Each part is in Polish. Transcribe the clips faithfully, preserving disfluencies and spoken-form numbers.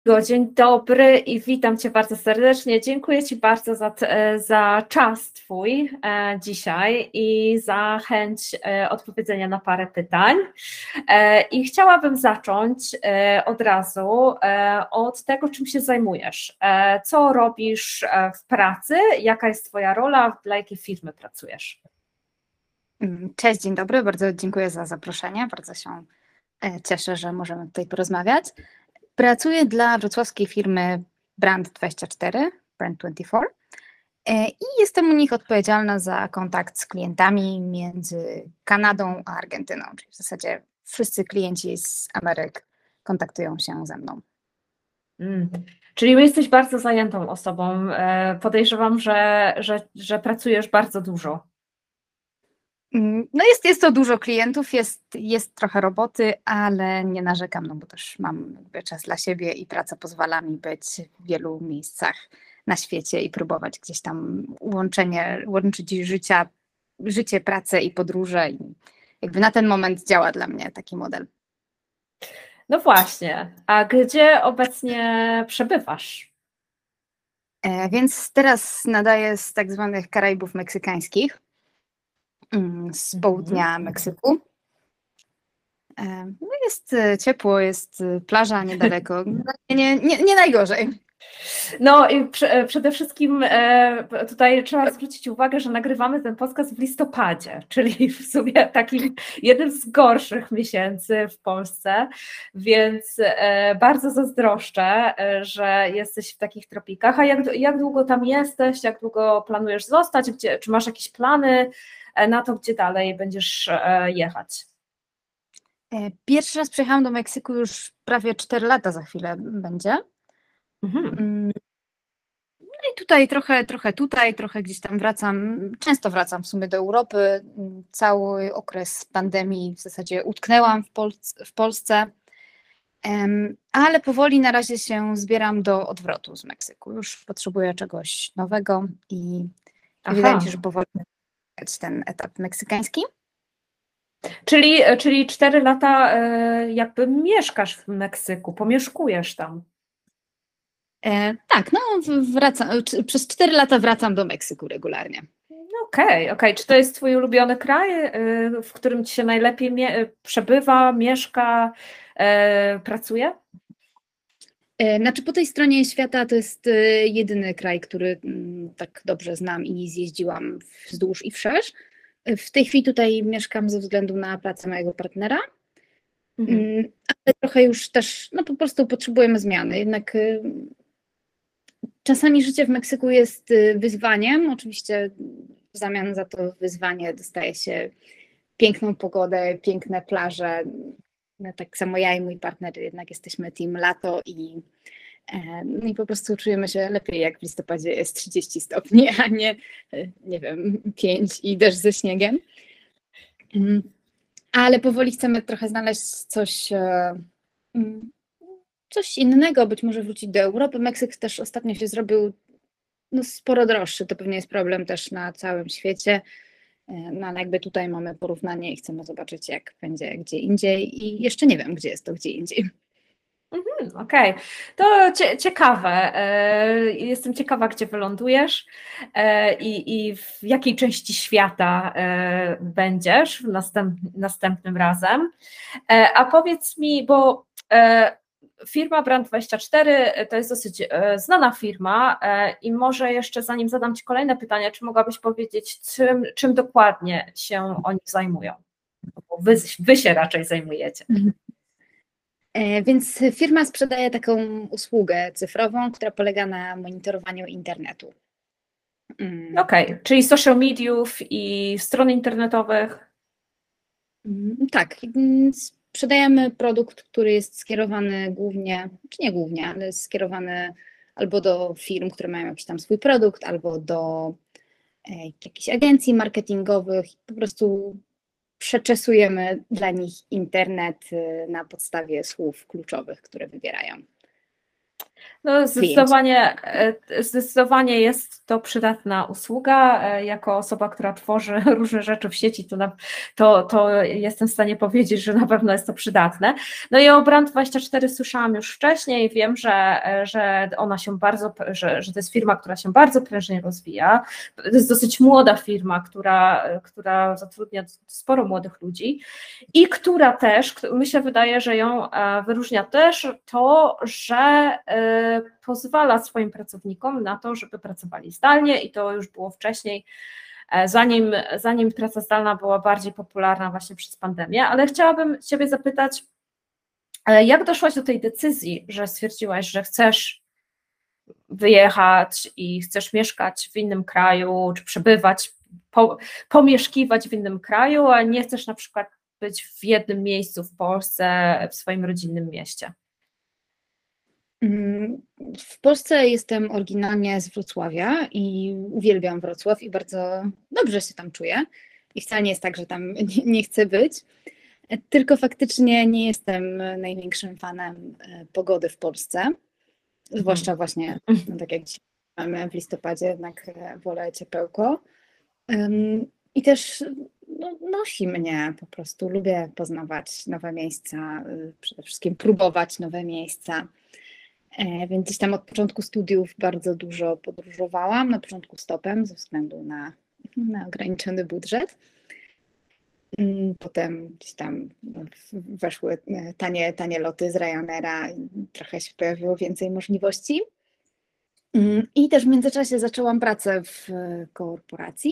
Dzień dobry i witam Cię bardzo serdecznie. Dziękuję Ci bardzo za, za czas Twój e, dzisiaj i za chęć e, odpowiedzenia na parę pytań. E, I chciałabym zacząć e, od razu e, od tego, czym się zajmujesz. E, co robisz w pracy? Jaka jest Twoja rola? Dla jakiej firmy pracujesz? Cześć, dzień dobry. Bardzo dziękuję za zaproszenie. Bardzo się cieszę, że możemy tutaj porozmawiać. Pracuję dla wrocławskiej firmy Brand dwadzieścia cztery, Brand dwadzieścia cztery i jestem u nich odpowiedzialna za kontakt z klientami między Kanadą a Argentyną, czyli w zasadzie wszyscy klienci z Ameryk kontaktują się ze mną. Mm. Czyli jesteś bardzo zajętą osobą. Podejrzewam, że, że, że pracujesz bardzo dużo. No jest, jest to dużo klientów, jest, jest trochę roboty, ale nie narzekam, no bo też mam jakby czas dla siebie i praca pozwala mi być w wielu miejscach na świecie i próbować gdzieś tam łączenie, łączyć życia, życie, pracę i podróże i jakby na ten moment działa dla mnie taki model. No właśnie, a gdzie obecnie przebywasz? E, więc teraz nadaję z tak zwanych Karaibów meksykańskich, z południa Meksyku. No jest ciepło, jest plaża niedaleko, nie, nie, nie najgorzej. No i prze, przede wszystkim tutaj trzeba zwrócić uwagę, że nagrywamy ten podcast w listopadzie, czyli w sumie takim jednym z gorszych miesięcy w Polsce, więc bardzo zazdroszczę, że jesteś w takich tropikach. A jak, jak długo tam jesteś, jak długo planujesz zostać, gdzie, czy masz jakieś plany na to, gdzie dalej będziesz jechać? Pierwszy raz przyjechałam do Meksyku już prawie cztery lata za chwilę będzie. Mhm. No i tutaj trochę, trochę tutaj, trochę gdzieś tam wracam, często wracam w sumie do Europy. Cały okres pandemii w zasadzie utknęłam w, Polsce, w Polsce, ale powoli na razie się zbieram do odwrotu z Meksyku. Już potrzebuję czegoś nowego i Aha. wydaje mi się, że powoli ten etap meksykański. Czyli, czyli cztery lata jakby mieszkasz w Meksyku, pomieszkujesz tam. E, tak, no wracam, przez cztery lata wracam do Meksyku regularnie. Okej, okay, okej. Okay. Czy to jest twój ulubiony kraj, w którym ci się najlepiej mie- przebywa, mieszka, e, pracuje? E, znaczy po tej stronie świata to jest jedyny kraj, który m, tak dobrze znam i zjeździłam wzdłuż i wszerz. W tej chwili tutaj mieszkam ze względu na pracę mojego partnera, mhm. ale trochę już też, no po prostu potrzebujemy zmiany. Jednak y, czasami życie w Meksyku jest wyzwaniem, oczywiście w zamian za to wyzwanie dostaje się piękną pogodę, piękne plaże. No, tak samo ja i mój partner jednak jesteśmy team lato i, no i po prostu czujemy się lepiej, jak w listopadzie jest trzydzieści stopni, a nie, nie wiem, pięć i deszcz ze śniegiem. Ale powoli chcemy trochę znaleźć coś, coś innego, być może wrócić do Europy. Meksyk też ostatnio się zrobił no, sporo droższy, to pewnie jest problem też na całym świecie. No ale jakby tutaj mamy porównanie i chcemy zobaczyć, jak będzie gdzie indziej i jeszcze nie wiem, gdzie jest to gdzie indziej. Mhm, okej, okay. To cie, ciekawe. Jestem ciekawa, gdzie wylądujesz i, i w jakiej części świata będziesz następ, następnym razem. A powiedz mi, bo firma Brand dwadzieścia cztery to jest dosyć znana firma i może jeszcze zanim zadam Ci kolejne pytania, czy mogłabyś powiedzieć, czym, czym dokładnie się oni zajmują? Bo wy, wy się raczej zajmujecie. Więc firma sprzedaje taką usługę cyfrową, która polega na monitorowaniu internetu. Okej, okay. Czyli social mediów i stron internetowych? Tak, sprzedajemy produkt, który jest skierowany głównie, czy nie głównie, ale jest skierowany albo do firm, które mają jakiś tam swój produkt, albo do jakichś agencji marketingowych. Po prostu przeczesujemy dla nich internet na podstawie słów kluczowych, które wybierają. No, klienci. zdecydowanie, e, zdecydowanie jest to przydatna usługa. E, Jako osoba, która tworzy różne rzeczy w sieci, to, na, to, to jestem w stanie powiedzieć, że na pewno jest to przydatne. No i o Brand dwadzieścia cztery słyszałam już wcześniej. Wiem, że, e, że ona się bardzo, że, że to jest firma, która się bardzo prężnie rozwija. To jest dosyć młoda firma, która, która zatrudnia sporo młodych ludzi i która też, mi się wydaje, że ją e, wyróżnia też to, że e, pozwala swoim pracownikom na to, żeby pracowali zdalnie i to już było wcześniej, e, zanim, zanim praca zdalna była bardziej popularna właśnie przez pandemię, ale chciałabym Ciebie zapytać, e, jak doszłaś do tej decyzji, że stwierdziłaś, że chcesz wyjechać i chcesz mieszkać w innym kraju, czy przebywać, po, pomieszkiwać w innym kraju, a nie chcesz na przykład być w jednym miejscu w Polsce, w swoim rodzinnym mieście? Mm, W Polsce jestem oryginalnie z Wrocławia i uwielbiam Wrocław i bardzo dobrze się tam czuję. I wcale nie jest tak, że tam nie, nie chcę być, tylko faktycznie nie jestem największym fanem e, pogody w Polsce, zwłaszcza właśnie, no tak jak dzisiaj mamy w listopadzie, jednak e, wolę ciepełko. Ym, I też no, nosi mnie po prostu. Lubię poznawać nowe miejsca, y, przede wszystkim próbować nowe miejsca. E, Więc gdzieś tam od początku studiów bardzo dużo podróżowałam, na początku stopem ze względu na, na ograniczony budżet. Mm, Potem gdzieś tam w- weszły e, tanie, tanie loty z Ryanaira i trochę się pojawiło więcej możliwości. Mm, I też w międzyczasie zaczęłam pracę w e, korporacji.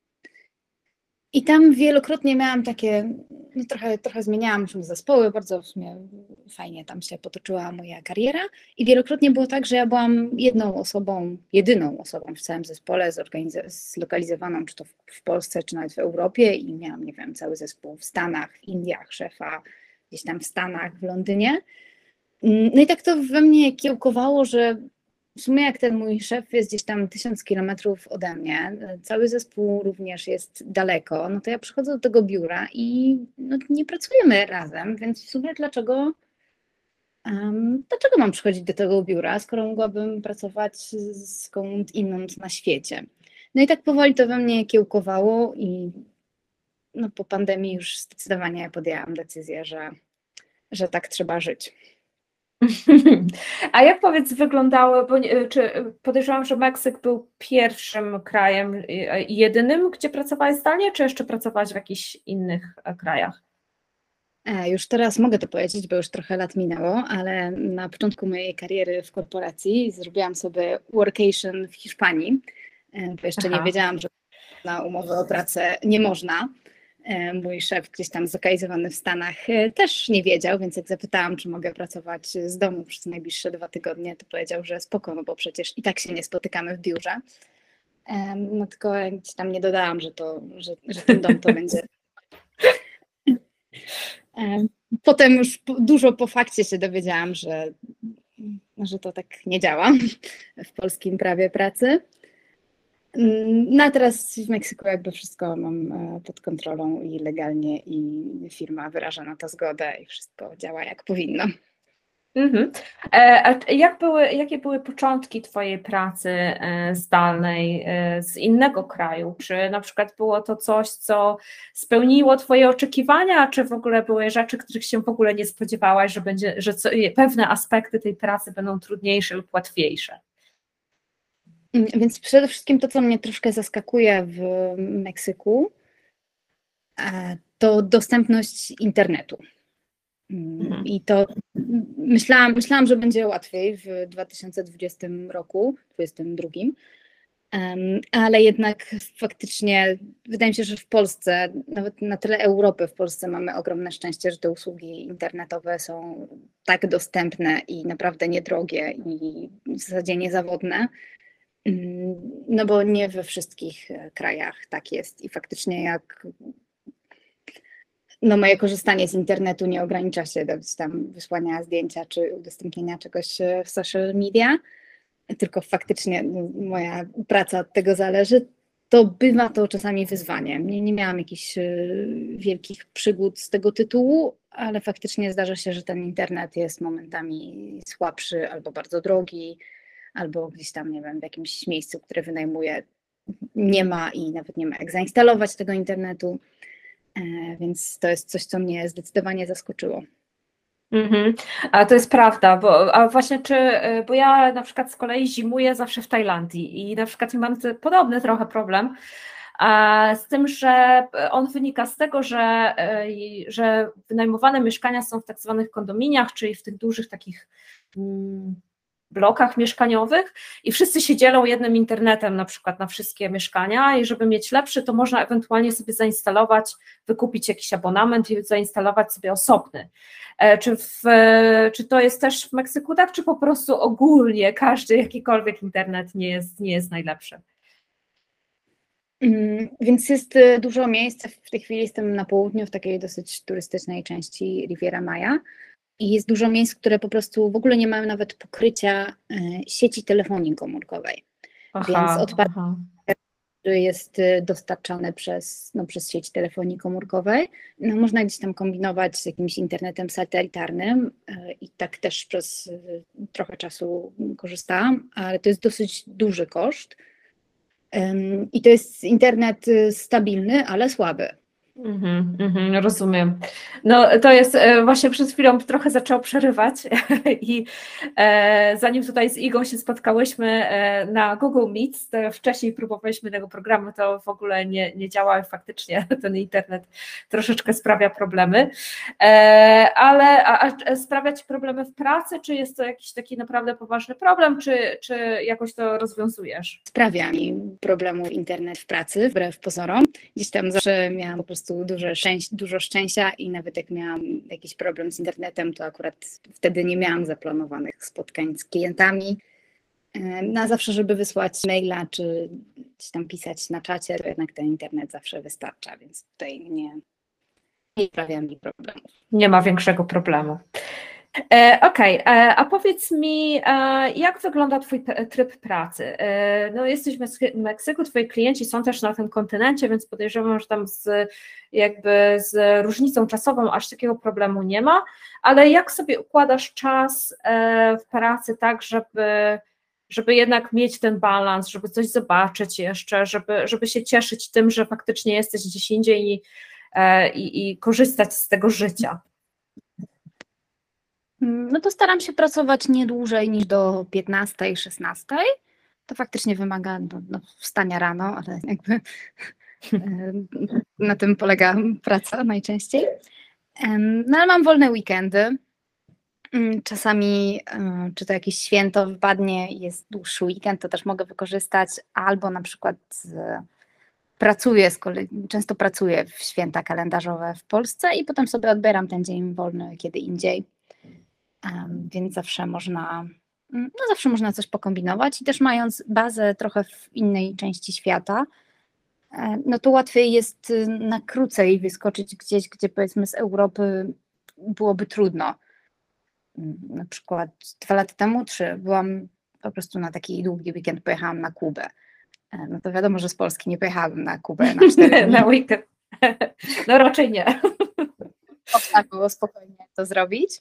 I tam wielokrotnie miałam takie, no trochę, trochę zmieniałam różne zespoły, bardzo w sumie fajnie tam się potoczyła moja kariera i wielokrotnie było tak, że ja byłam jedną osobą, jedyną osobą w całym zespole zorganiz- zlokalizowaną, czy to w, w Polsce, czy nawet w Europie i miałam, nie wiem, cały zespół w Stanach, w Indiach, szefa gdzieś tam w Stanach, w Londynie. No i tak to we mnie kiełkowało, że w sumie jak ten mój szef jest gdzieś tam tysiąc kilometrów ode mnie, cały zespół również jest daleko, no to ja przychodzę do tego biura i no, nie pracujemy razem, więc w sumie dlaczego, um, dlaczego mam przychodzić do tego biura, skoro mogłabym pracować skąd inąd na świecie. No i tak powoli to we mnie kiełkowało i no, po pandemii już zdecydowanie podjęłam decyzję, że, że tak trzeba żyć. A jak powiedz wyglądały, bo nie- czy podejrzewam, że Meksyk był pierwszym krajem i jedynym, gdzie pracowałeś zdalnie, czy jeszcze pracowałaś w jakichś innych e, krajach? E, Już teraz mogę to powiedzieć, bo już trochę lat minęło, ale na początku mojej kariery w korporacji zrobiłam sobie workation w Hiszpanii, e, bo jeszcze nie Aha. wiedziałam, że na umowę o pracę nie można. E, Mój szef gdzieś tam zlokalizowany w Stanach e, też nie wiedział, więc jak zapytałam, czy mogę pracować z domu przez najbliższe dwa tygodnie, to powiedział, że spoko, no bo przecież i tak się nie spotykamy w biurze. E, No tylko gdzieś tam nie dodałam, że, to, że, że ten dom to będzie. E, Potem już po, dużo po fakcie się dowiedziałam, że, że to tak nie działa w polskim prawie pracy. No a teraz w Meksyku jakby wszystko mam e, pod kontrolą i legalnie i firma wyraża na to zgodę i wszystko działa jak powinno. Mhm. E, A jak były, jakie były początki Twojej pracy e, zdalnej e, z innego kraju? Czy na przykład było to coś, co spełniło Twoje oczekiwania, czy w ogóle były rzeczy, których się w ogóle nie spodziewałaś, że będzie, że co, pewne aspekty tej pracy będą trudniejsze lub łatwiejsze? Mm, Więc przede wszystkim to, co mnie troszkę zaskakuje w Meksyku, e, to dostępność internetu. Mm, Mhm. I to myślałam, myślałam, że będzie łatwiej w dwa tysiące dwudziestym roku, dwudziestym drugim, em, ale jednak faktycznie wydaje mi się, że w Polsce, nawet na tyle Europy, w Polsce mamy ogromne szczęście, że te usługi internetowe są tak dostępne i naprawdę niedrogie i w zasadzie niezawodne. Mm, No bo nie we wszystkich e, krajach tak jest i faktycznie jak no moje korzystanie z internetu nie ogranicza się do gdzieś tam wysłania zdjęcia czy udostępnienia czegoś e, w social media, tylko faktycznie no, moja praca od tego zależy, to bywa to czasami wyzwaniem. Nie, nie miałam jakichś wielkich przygód z tego tytułu, ale faktycznie zdarza się, że ten internet jest momentami słabszy albo bardzo drogi, albo gdzieś tam, nie wiem, w jakimś miejscu, które wynajmuję, nie ma i nawet nie ma jak zainstalować tego internetu, więc to jest coś, co mnie zdecydowanie zaskoczyło. Mhm. A to jest prawda, bo a właśnie czy, bo ja na przykład z kolei zimuję zawsze w Tajlandii i na przykład mam podobny trochę problem, a z tym, że on wynika z tego, że, że wynajmowane mieszkania są w tak zwanych kondominiach, czyli w tych dużych takich blokach mieszkaniowych i wszyscy się dzielą jednym internetem na przykład na wszystkie mieszkania i żeby mieć lepszy, to można ewentualnie sobie zainstalować, wykupić jakiś abonament i zainstalować sobie osobny. Czy, w, czy to jest też w Meksyku tak, czy po prostu ogólnie każdy jakikolwiek internet nie jest, nie jest najlepszy? Mm, więc jest dużo miejsc, w tej chwili jestem na południu, w takiej dosyć turystycznej części Riviera Maya i jest dużo miejsc, które po prostu w ogóle nie mają nawet pokrycia sieci telefonii komórkowej. Aha, więc odpad, który jest dostarczany przez, no, przez sieć telefonii komórkowej, no, można gdzieś tam kombinować z jakimś internetem satelitarnym i tak też przez trochę czasu korzystałam, ale to jest dosyć duży koszt. I to jest internet stabilny, ale słaby. Mm, mm, rozumiem. No to jest właśnie przed chwilą trochę zaczęło przerywać i e, zanim tutaj z Igą się spotkałyśmy e, na Google Meet, to wcześniej próbowaliśmy tego programu, to w ogóle nie, nie działa, faktycznie ten internet troszeczkę sprawia problemy, e, ale a, a sprawia Ci problemy w pracy, czy jest to jakiś taki naprawdę poważny problem, czy, czy jakoś to rozwiązujesz? Sprawia mi problemu internet w pracy, wbrew pozorom. Gdzieś tam zawsze miałam po prostu Dużo, szczęś dużo szczęścia i nawet jak miałam jakiś problem z internetem, to akurat wtedy nie miałam zaplanowanych spotkań z klientami. No zawsze, żeby wysłać maila czy gdzieś tam pisać na czacie, to jednak ten internet zawsze wystarcza, więc tutaj nie, nie sprawia mi problemów. Nie ma większego problemu. Okej, okay. A powiedz mi, jak wygląda Twój tryb pracy? No, jesteś w Meksyku, Twoi klienci są też na tym kontynencie, więc podejrzewam, że tam z, jakby z różnicą czasową aż takiego problemu nie ma, ale jak sobie układasz czas w pracy tak, żeby, żeby jednak mieć ten balans, żeby coś zobaczyć jeszcze, żeby, żeby się cieszyć tym, że faktycznie jesteś gdzieś indziej i, i, i korzystać z tego życia? No to staram się pracować nie dłużej niż do piętnastej, szesnastej. To faktycznie wymaga no, no, wstania rano, ale jakby na tym polega praca najczęściej. No ale mam wolne weekendy. Czasami, czy to jakieś święto wpadnie, jest dłuższy weekend, to też mogę wykorzystać, albo na przykład pracuję, z kolei, często pracuję w święta kalendarzowe w Polsce i potem sobie odbieram ten dzień wolny kiedy indziej. Um, więc zawsze można, no zawsze można coś pokombinować i też mając bazę trochę w innej części świata, no to łatwiej jest na krócej wyskoczyć gdzieś, gdzie powiedzmy z Europy byłoby trudno. Na przykład dwa lata temu, trzy, byłam po prostu na taki długi weekend, pojechałam na Kubę. No to wiadomo, że z Polski nie pojechałabym na Kubę na cztery dni. Na weekend. No raczej nie. Można było spokojnie to zrobić.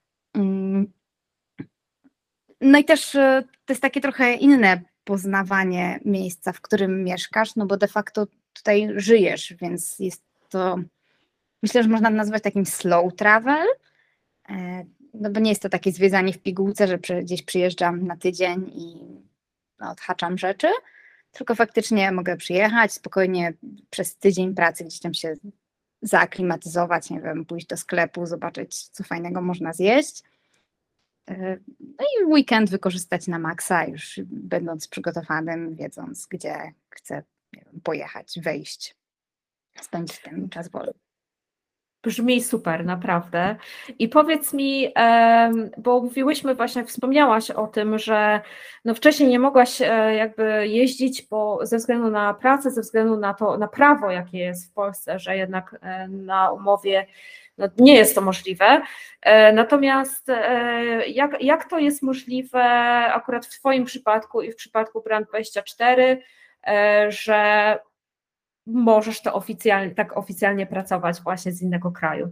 No i też to jest takie trochę inne poznawanie miejsca, w którym mieszkasz, no bo de facto tutaj żyjesz, więc jest to, myślę, że można nazwać takim slow travel, no bo nie jest to takie zwiedzanie w pigułce, że gdzieś przyjeżdżam na tydzień i no, odhaczam rzeczy, tylko faktycznie mogę przyjechać, spokojnie przez tydzień pracy gdzieś tam się zaaklimatyzować, nie wiem, pójść do sklepu, zobaczyć, co fajnego można zjeść. No i weekend wykorzystać na maksa, już będąc przygotowanym, wiedząc, gdzie chcę, nie wiem, pojechać, wejść, spędzić ten czas wolny. Brzmi super, naprawdę. I powiedz mi, bo mówiłyśmy właśnie, wspomniałaś o tym, że no wcześniej nie mogłaś jakby jeździć, bo ze względu na pracę, ze względu na to, na prawo, jakie jest w Polsce, że jednak na umowie no nie jest to możliwe. Natomiast jak, jak to jest możliwe akurat w Twoim przypadku i w przypadku Brand dwadzieścia cztery? że możesz to oficjalnie, tak oficjalnie pracować właśnie z innego kraju?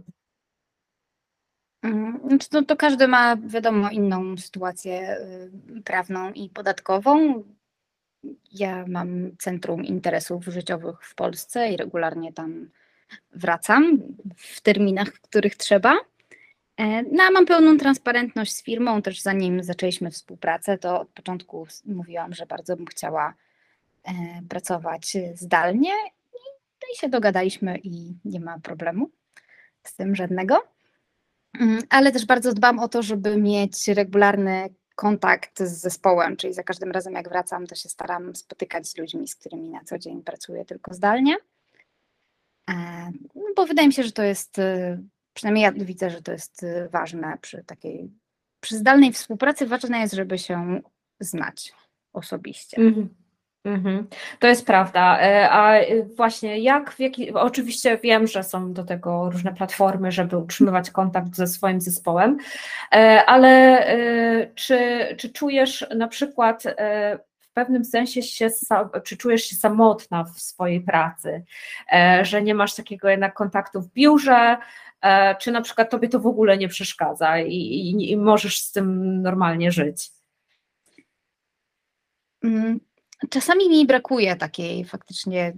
Znaczy, to, to każdy ma, wiadomo, inną sytuację prawną i podatkową. Ja mam Centrum Interesów Życiowych w Polsce i regularnie tam wracam w terminach, w których trzeba. No, a mam pełną transparentność z firmą, też zanim zaczęliśmy współpracę, to od początku mówiłam, że bardzo bym chciała pracować zdalnie i się dogadaliśmy i nie ma problemu z tym żadnego. Ale też bardzo dbam o to, żeby mieć regularny kontakt z zespołem, czyli za każdym razem jak wracam, to się staram spotykać z ludźmi, z którymi na co dzień pracuję tylko zdalnie, no bo wydaje mi się, że to jest, przynajmniej ja widzę, że to jest ważne przy takiej, przy zdalnej współpracy ważne jest, żeby się znać osobiście. Mhm. Mhm. To jest prawda, a właśnie jak, w jaki, oczywiście wiem, że są do tego różne platformy, żeby utrzymywać kontakt ze swoim zespołem, ale czy, czy czujesz na przykład w pewnym sensie się, czy czujesz się samotna w swojej pracy, że nie masz takiego jednak kontaktu w biurze, czy na przykład tobie to w ogóle nie przeszkadza i, i, i możesz z tym normalnie żyć? Mm. Czasami mi brakuje takiej faktycznie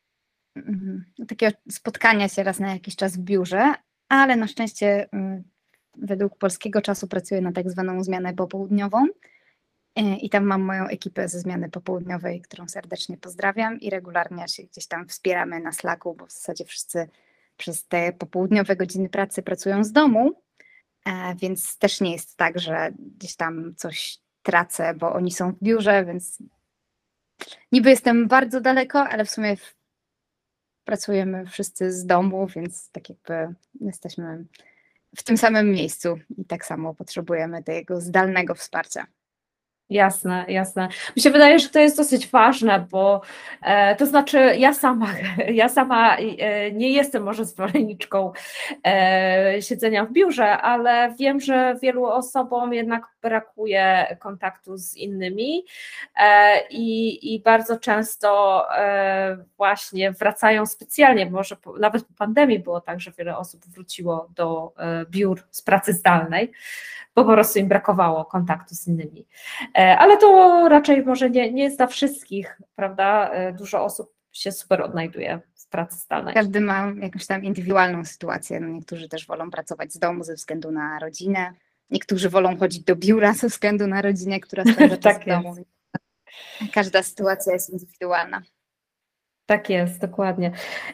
takiego spotkania się raz na jakiś czas w biurze, ale na szczęście według polskiego czasu pracuję na tak zwaną zmianę popołudniową i tam mam moją ekipę ze zmiany popołudniowej, którą serdecznie pozdrawiam i regularnie się gdzieś tam wspieramy na Slacku, bo w zasadzie wszyscy przez te popołudniowe godziny pracy pracują z domu, więc też nie jest tak, że gdzieś tam coś tracę, bo oni są w biurze, więc niby jestem bardzo daleko, ale w sumie pracujemy wszyscy z domu, więc tak jakby jesteśmy w tym samym miejscu i tak samo potrzebujemy tego zdalnego wsparcia. Jasne, jasne. Mi się wydaje, że to jest dosyć ważne, bo e, to znaczy ja sama, ja sama e, nie jestem może zwolenniczką e, siedzenia w biurze, ale wiem, że wielu osobom jednak brakuje kontaktu z innymi e, i, i bardzo często e, właśnie wracają specjalnie, może po, nawet po pandemii było tak, że wiele osób wróciło do e, biur z pracy zdalnej, bo po prostu im brakowało kontaktu z innymi. Ale to raczej może nie, nie jest dla wszystkich, prawda? Dużo osób się super odnajduje w pracy zdalnej. Każdy ma jakąś tam indywidualną sytuację. No niektórzy też wolą pracować z domu ze względu na rodzinę, niektórzy wolą chodzić do biura ze względu na rodzinę, która spędza czas tak w domu. Każda sytuacja jest indywidualna. Tak jest, dokładnie.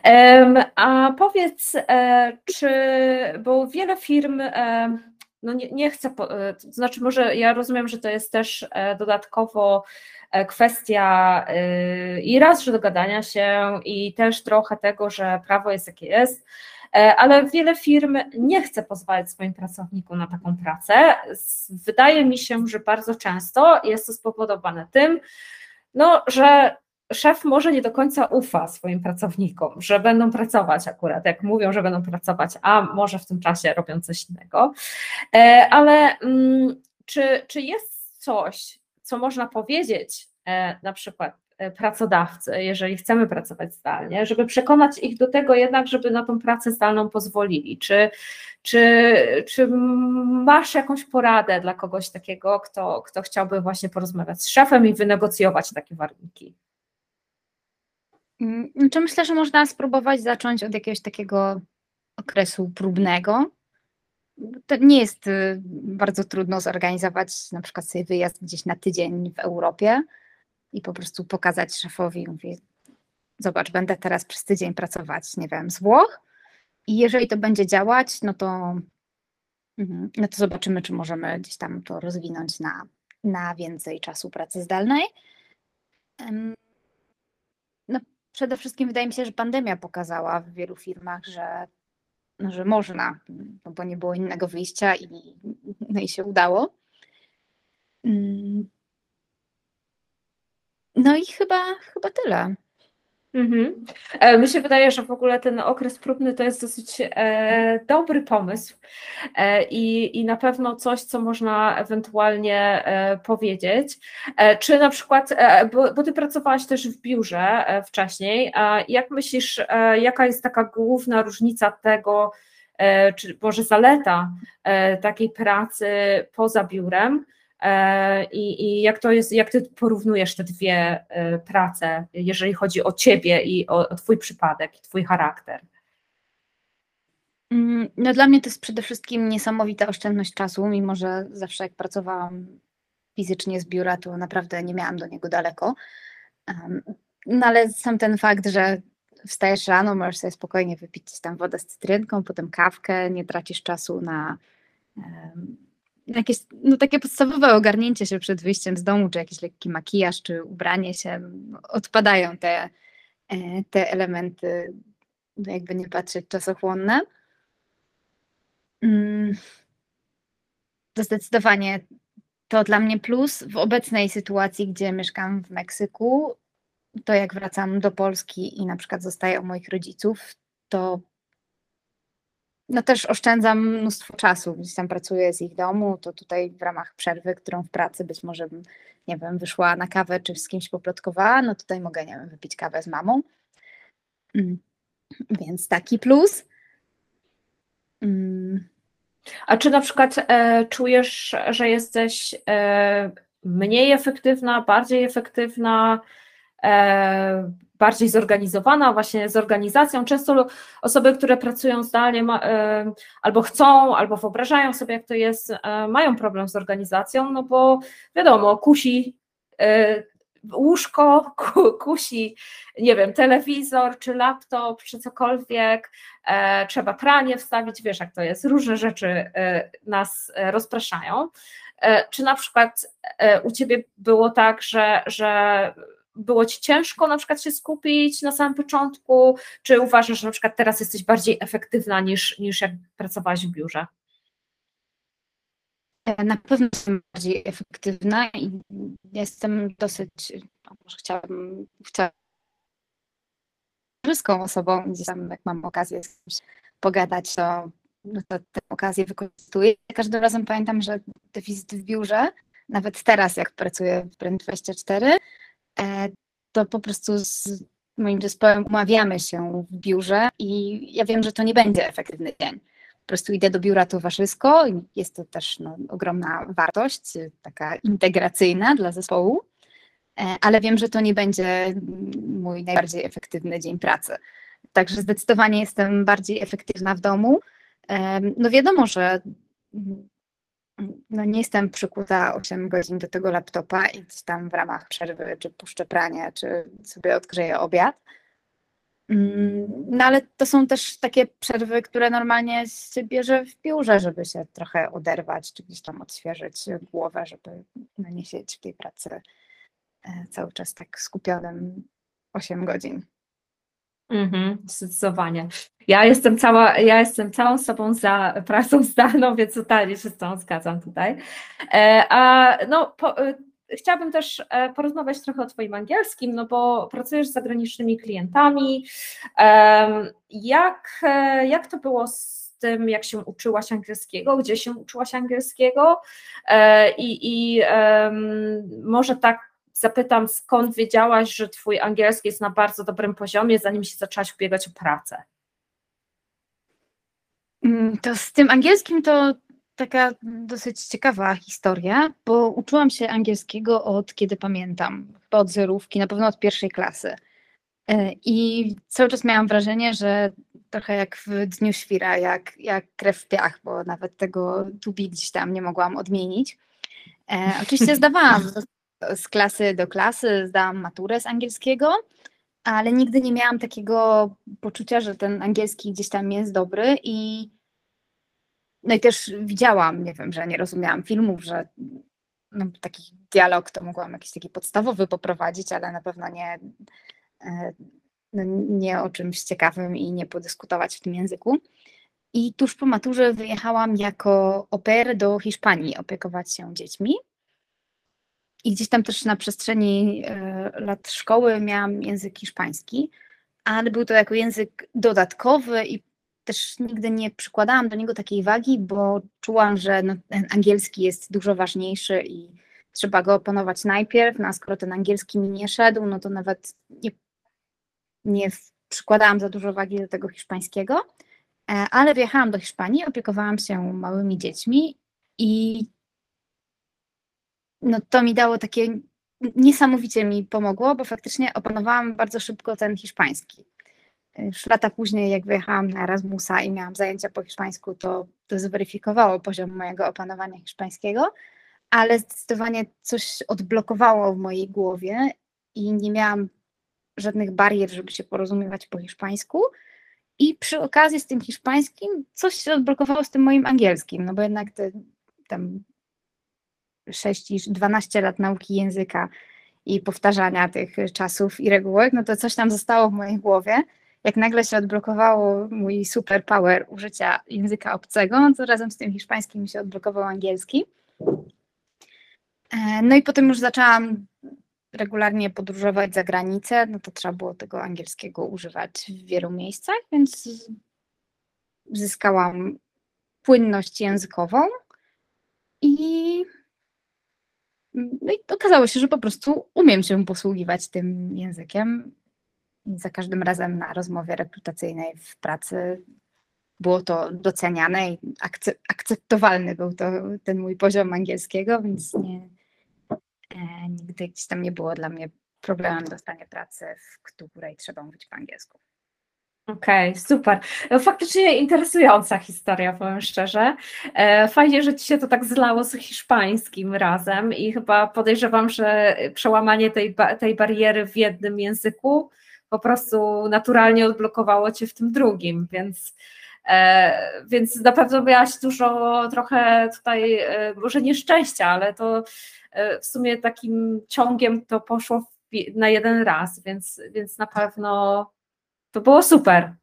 A powiedz, czy, bo wiele firm, no nie, nie chcę, to znaczy może ja rozumiem, że to jest też dodatkowo kwestia i raz, że dogadania się i też trochę tego, że prawo jest jakie jest, ale wiele firm nie chce pozwalać swoim pracownikom na taką pracę. Wydaje mi się, że bardzo często jest to spowodowane tym, no, że szef może nie do końca ufa swoim pracownikom, że będą pracować akurat, jak mówią, że będą pracować, a może w tym czasie robią coś innego. Ale czy, czy jest coś, co można powiedzieć na przykład pracodawcy, jeżeli chcemy pracować zdalnie, żeby przekonać ich do tego jednak, żeby na tą pracę zdalną pozwolili? Czy, czy, czy masz jakąś poradę dla kogoś takiego, kto, kto chciałby właśnie porozmawiać z szefem i wynegocjować takie warunki? Czy myślę, że można spróbować zacząć od jakiegoś takiego okresu próbnego. To nie jest bardzo trudno zorganizować na przykład sobie wyjazd gdzieś na tydzień w Europie i po prostu pokazać szefowi, mówię, zobacz, będę teraz przez tydzień pracować, nie wiem, z Włoch i jeżeli to będzie działać, no to, no to zobaczymy, czy możemy gdzieś tam to rozwinąć na, na więcej czasu pracy zdalnej. No, przede wszystkim wydaje mi się, że pandemia pokazała w wielu firmach, że, no, że można, no bo nie było innego wyjścia i, no i się udało. No i chyba, chyba tyle. Mhm. E, Mi się wydaje, że w ogóle ten okres próbny to jest dosyć e, dobry pomysł e, i, i na pewno coś, co można ewentualnie e, powiedzieć. E, czy na przykład, e, bo, bo ty pracowałaś też w biurze e, wcześniej, a jak myślisz, e, jaka jest taka główna różnica tego, e, czy może zaleta e, takiej pracy poza biurem? E, I, I jak to jest, jak ty porównujesz te dwie e, prace, jeżeli chodzi o ciebie i o, o twój przypadek, i twój charakter? Mm, No dla mnie to jest przede wszystkim niesamowita oszczędność czasu, mimo że zawsze jak pracowałam fizycznie z biura, to naprawdę nie miałam do niego daleko. Em, No ale sam ten fakt, że wstajesz rano, możesz sobie spokojnie wypić tam wodę z cytrynką, potem kawkę, nie tracisz czasu na em, na jakieś no, takie podstawowe ogarnięcie się przed wyjściem z domu, czy jakiś lekki makijaż, czy ubranie się, no, odpadają te, e, te elementy, no, jakby nie patrzeć, czasochłonne. Mm, To zdecydowanie to dla mnie plus w obecnej sytuacji, gdzie mieszkam w Meksyku, to jak wracam do Polski i na przykład zostaję u moich rodziców, to no też oszczędzam mnóstwo czasu. Gdzieś tam pracuję z ich domu, to tutaj w ramach przerwy, którą w pracy być może bym, nie wiem, wyszła na kawę czy z kimś poplotkowała, no tutaj mogę, nie wiem, wypić kawę z mamą. Mm, Więc taki plus. Mm, A czy na przykład e, czujesz, że jesteś e, mniej efektywna, bardziej efektywna, e, bardziej zorganizowana, właśnie z organizacją? Często osoby, które pracują zdalnie ma, e, albo chcą, albo wyobrażają sobie, jak to jest, e, mają problem z organizacją, no bo wiadomo, kusi e, łóżko, ku, kusi, nie wiem, telewizor, czy laptop, czy cokolwiek, e, trzeba pranie wstawić, wiesz jak to jest, różne rzeczy e, nas e, rozpraszają. E, czy na przykład e, u Ciebie było tak, że, że było Ci ciężko na przykład się skupić na samym początku, czy uważasz, że na przykład teraz jesteś bardziej efektywna niż, niż jak pracowałaś w biurze? Na pewno jestem bardziej efektywna i jestem dosyć, no może chciałabym, chciałabym towarzyską osobą, gdzieś tam jak mam okazję z kimś pogadać, to, no to tę okazję wykorzystuję. Każdym razem pamiętam, że te wizyty w biurze, nawet teraz jak pracuję w Brand dwadzieścia cztery, e, to po prostu z moim zespołem umawiamy się w biurze i ja wiem, że to nie będzie efektywny dzień. Po prostu idę do biura towarzysko i jest to też no, ogromna wartość, taka integracyjna dla zespołu, e, ale wiem, że to nie będzie mój najbardziej efektywny dzień pracy. Także zdecydowanie jestem bardziej efektywna w domu. Em, No wiadomo, że mm, no nie jestem przykuta osiem godzin do tego laptopa i gdzieś tam w ramach przerwy, czy puszczę pranie, czy sobie odgrzeję obiad. Mm, No ale to są też takie przerwy, które normalnie się bierze w biurze, żeby się trochę oderwać, czy gdzieś tam odświeżyć głowę, żeby no nie siedzieć w tej pracy e, cały czas tak skupionym osiem godzin. Mhm, zdecydowanie. Ja jestem cała, ja jestem całą sobą za pracą zdalną, więc totalnie się z tą zgadzam tutaj. E, A no, po, e, chciałabym też e, porozmawiać trochę o Twoim angielskim, no bo pracujesz z zagranicznymi klientami. Em, Jak, e, jak to było z tym, jak się uczyłaś angielskiego, gdzie się uczyłaś angielskiego? E, I, i em, może tak zapytam, skąd wiedziałaś, że twój angielski jest na bardzo dobrym poziomie, zanim się zaczęłaś ubiegać o pracę? Mm, To z tym angielskim to taka dosyć ciekawa historia, bo uczyłam się angielskiego od kiedy pamiętam, chyba od zerówki, na pewno od pierwszej klasy. E, I cały czas miałam wrażenie, że trochę jak w Dniu Świra, jak, jak krew w piach, bo nawet tego to be gdzieś tam nie mogłam odmienić. E, oczywiście zdawałam z, z klasy do klasy, zdałam maturę z angielskiego, ale nigdy nie miałam takiego poczucia, że ten angielski gdzieś tam jest dobry i no i też widziałam, nie wiem, że nie rozumiałam filmów, że no, taki dialog to mogłam jakiś taki podstawowy poprowadzić, ale na pewno nie, e, no, nie o czymś ciekawym i nie podyskutować w tym języku. I tuż po maturze wyjechałam jako au pair do Hiszpanii opiekować się dziećmi. I gdzieś tam też na przestrzeni lat szkoły miałam język hiszpański, ale był to jako język dodatkowy i też nigdy nie przykładałam do niego takiej wagi, bo czułam, że no, ten angielski jest dużo ważniejszy i trzeba go opanować najpierw, no a skoro ten angielski mi nie szedł, no to nawet nie, nie przykładałam za dużo wagi do tego hiszpańskiego, ale wjechałam do Hiszpanii, opiekowałam się małymi dziećmi i no to mi dało takie, niesamowicie mi pomogło, bo faktycznie opanowałam bardzo szybko ten hiszpański. Już lata później, jak wyjechałam na Erasmusa i miałam zajęcia po hiszpańsku, to, to zweryfikowało poziom mojego opanowania hiszpańskiego, ale zdecydowanie coś odblokowało w mojej głowie i nie miałam żadnych barier, żeby się porozumiewać po hiszpańsku. I przy okazji z tym hiszpańskim coś się odblokowało z tym moim angielskim, no bo jednak te tam sześć, dwanaście lat nauki języka i powtarzania tych czasów i regułek, no to coś tam zostało w mojej głowie. Jak nagle się odblokowało mój superpower użycia języka obcego, to razem z tym hiszpańskim się odblokował angielski. No i potem już zaczęłam regularnie podróżować za granicę, no to trzeba było tego angielskiego używać w wielu miejscach, więc zyskałam płynność językową i, no i okazało się, że po prostu umiem się posługiwać tym językiem. I za każdym razem na rozmowie rekrutacyjnej w pracy było to doceniane i akceptowalny był to ten mój poziom angielskiego, więc nie, e, nigdy gdzieś tam nie było dla mnie problemem dostanie pracy, w której trzeba mówić po angielsku. Okej, okay, super. Faktycznie interesująca historia, powiem szczerze. Fajnie, że ci się to tak zlało z hiszpańskim razem i chyba podejrzewam, że przełamanie tej, tej bariery w jednym języku po prostu naturalnie odblokowało cię w tym drugim, więc, więc na pewno miałaś dużo trochę tutaj, może nieszczęścia, ale to w sumie takim ciągiem to poszło na jeden raz, więc, więc na pewno to było super.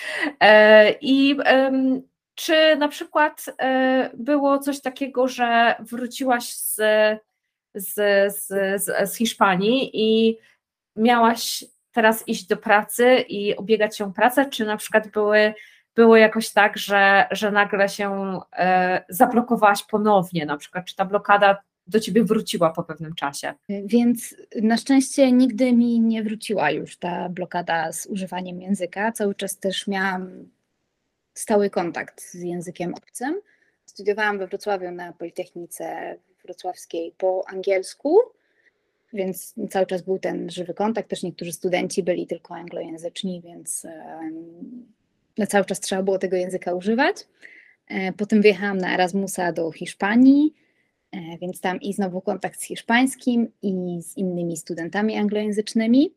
I czy na przykład było coś takiego, że wróciłaś z, z, z, z Hiszpanii i miałaś teraz iść do pracy i ubiegać się o pracę, czy na przykład były, było jakoś tak, że, że nagle się zablokowałaś ponownie, na przykład, czy ta blokada do ciebie wróciła po pewnym czasie? Więc na szczęście nigdy mi nie wróciła już ta blokada z używaniem języka. Cały czas też miałam stały kontakt z językiem obcym. Studiowałam we Wrocławiu na Politechnice Wrocławskiej po angielsku, więc cały czas był ten żywy kontakt. Też niektórzy studenci byli tylko anglojęzyczni, więc no, cały czas trzeba było tego języka używać. Potem wyjechałam na Erasmusa do Hiszpanii, więc tam i znowu kontakt z hiszpańskim i z innymi studentami anglojęzycznymi,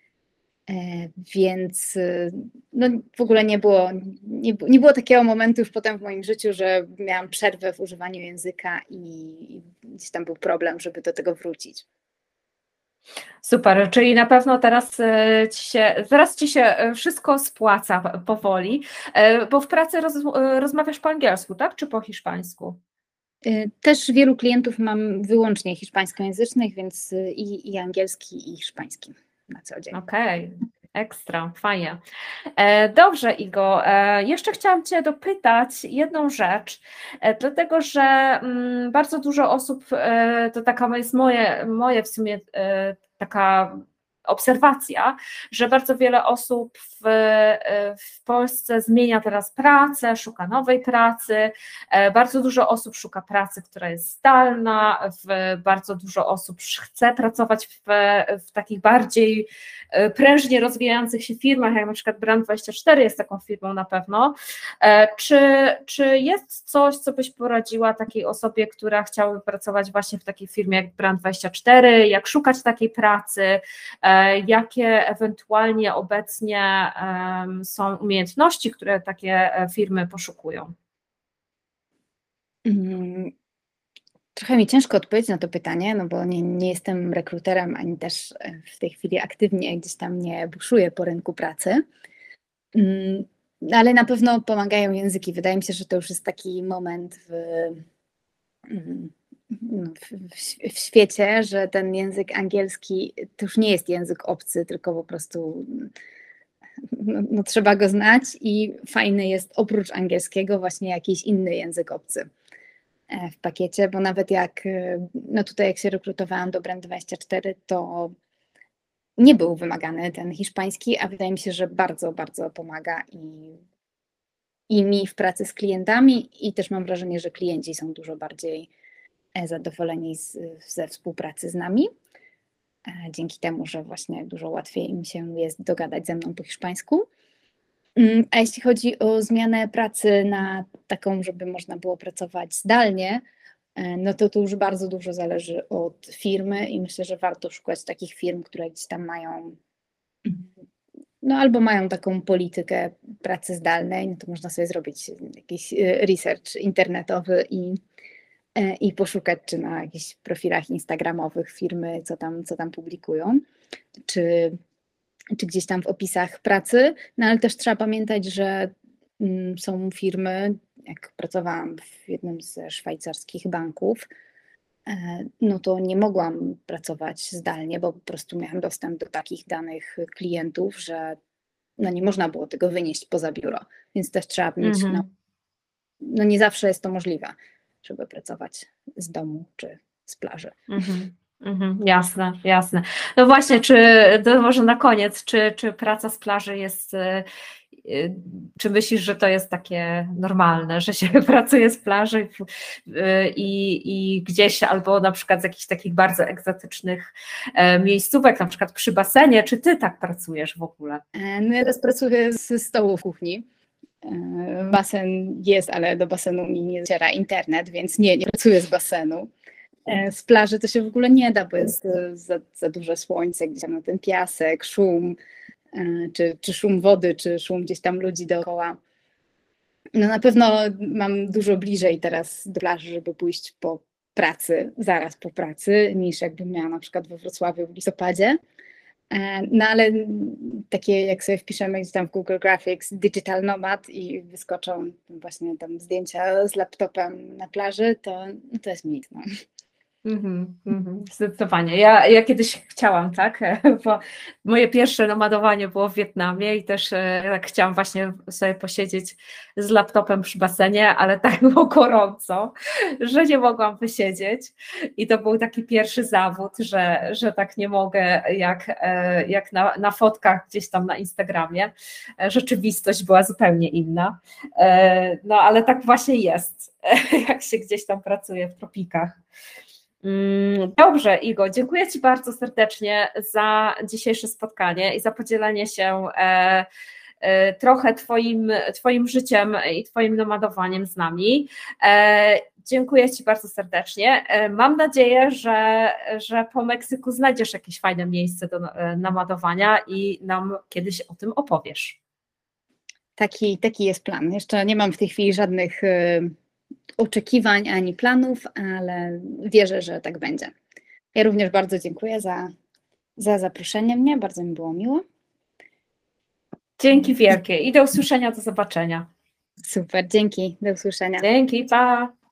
więc no, w ogóle nie było, nie, nie było takiego momentu już potem w moim życiu, że miałam przerwę w używaniu języka i gdzieś tam był problem, żeby do tego wrócić. Super, czyli na pewno teraz ci się, teraz ci się wszystko spłaca powoli, bo w pracy roz, rozmawiasz po angielsku, tak, czy po hiszpańsku? Też wielu klientów mam wyłącznie hiszpańskojęzycznych, więc i, i angielski, i hiszpański na co dzień. Okej, okay. Ekstra, fajnie. Dobrze, Igo, jeszcze chciałam cię dopytać jedną rzecz, dlatego że bardzo dużo osób, to taka jest moje, moje w sumie taka obserwacja, że bardzo wiele osób w, w Polsce zmienia teraz pracę, szuka nowej pracy, bardzo dużo osób szuka pracy, która jest zdalna, w, bardzo dużo osób chce pracować w, w takich bardziej prężnie rozwijających się firmach, jak na przykład Brand dwadzieścia cztery jest taką firmą na pewno. Czy, czy jest coś, co byś poradziła takiej osobie, która chciałaby pracować właśnie w takiej firmie jak Brand dwadzieścia cztery, jak szukać takiej pracy, jakie ewentualnie obecnie są umiejętności, które takie firmy poszukują? Trochę mi ciężko odpowiedzieć na to pytanie, no bo nie, nie jestem rekruterem, ani też w tej chwili aktywnie gdzieś tam nie buszuję po rynku pracy, ale na pewno pomagają języki. Wydaje mi się, że to już jest taki moment w, no, w, w, w świecie, że ten język angielski to już nie jest język obcy, tylko po prostu no, no, trzeba go znać i fajny jest oprócz angielskiego właśnie jakiś inny język obcy w pakiecie, bo nawet jak, no tutaj jak się rekrutowałam do Brand dwadzieścia cztery, to nie był wymagany ten hiszpański, a wydaje mi się, że bardzo, bardzo pomaga i, i mi w pracy z klientami i też mam wrażenie, że klienci są dużo bardziej zadowoleni z, ze współpracy z nami, dzięki temu, że właśnie dużo łatwiej im się jest dogadać ze mną po hiszpańsku. A jeśli chodzi o zmianę pracy na taką, żeby można było pracować zdalnie, no to to już bardzo dużo zależy od firmy i myślę, że warto szukać takich firm, które gdzieś tam mają, no albo mają taką politykę pracy zdalnej, no to można sobie zrobić jakiś research internetowy i, i poszukać, czy na jakichś profilach instagramowych firmy, co tam, co tam publikują, czy czy gdzieś tam w opisach pracy, no ale też trzeba pamiętać, że mm, są firmy, jak pracowałam w jednym ze szwajcarskich banków, e, no to nie mogłam pracować zdalnie, bo po prostu miałam dostęp do takich danych klientów, że no nie można było tego wynieść poza biuro, więc też trzeba mieć, Mhm. no, no nie zawsze jest to możliwe, żeby pracować z domu czy z plaży. Mhm. Mhm, jasne, jasne. No właśnie, czy to może na koniec, czy, czy praca z plaży jest, czy myślisz, że to jest takie normalne, że się pracuje z plaży i, i gdzieś albo na przykład z jakichś takich bardzo egzotycznych miejscówek, na przykład przy basenie, czy ty tak pracujesz w ogóle? No ja teraz pracuję z stołu w kuchni. Basen jest, ale do basenu mi nie dociera internet, więc nie, nie pracuję z basenu. Z plaży to się w ogóle nie da, bo jest za, za duże słońce, gdzieś tam na ten piasek, szum, czy, czy szum wody, czy szum gdzieś tam ludzi dookoła. No na pewno mam dużo bliżej teraz do plaży, żeby pójść po pracy, zaraz po pracy, niż jakbym miała na przykład we Wrocławiu w listopadzie. No ale takie, jak sobie wpiszemy gdzieś tam w Google Graphics Digital Nomad i wyskoczą właśnie tam zdjęcia z laptopem na plaży, to, to jest mit. No. Mm-hmm, mm-hmm, zdecydowanie. Ja, ja kiedyś chciałam, tak, bo moje pierwsze nomadowanie było w Wietnamie i też tak chciałam właśnie sobie posiedzieć z laptopem przy basenie, ale tak było gorąco, że nie mogłam wysiedzieć i to był taki pierwszy zawód, że, że tak nie mogę jak, jak na, na fotkach gdzieś tam na Instagramie. Rzeczywistość była zupełnie inna, no ale tak właśnie jest, jak się gdzieś tam pracuje w tropikach. Dobrze, Igo, dziękuję Ci bardzo serdecznie za dzisiejsze spotkanie i za podzielenie się e, e, trochę twoim, twoim życiem i Twoim nomadowaniem z nami. E, dziękuję Ci bardzo serdecznie. E, mam nadzieję, że, że po Meksyku znajdziesz jakieś fajne miejsce do nomadowania i nam kiedyś o tym opowiesz. Taki, taki jest plan. Jeszcze nie mam w tej chwili żadnych oczekiwań ani planów, ale wierzę, że tak będzie. Ja również bardzo dziękuję za, za zaproszenie mnie, bardzo mi było miło. Dzięki wielkie i do usłyszenia, do zobaczenia. Super, dzięki, do usłyszenia. Dzięki, pa!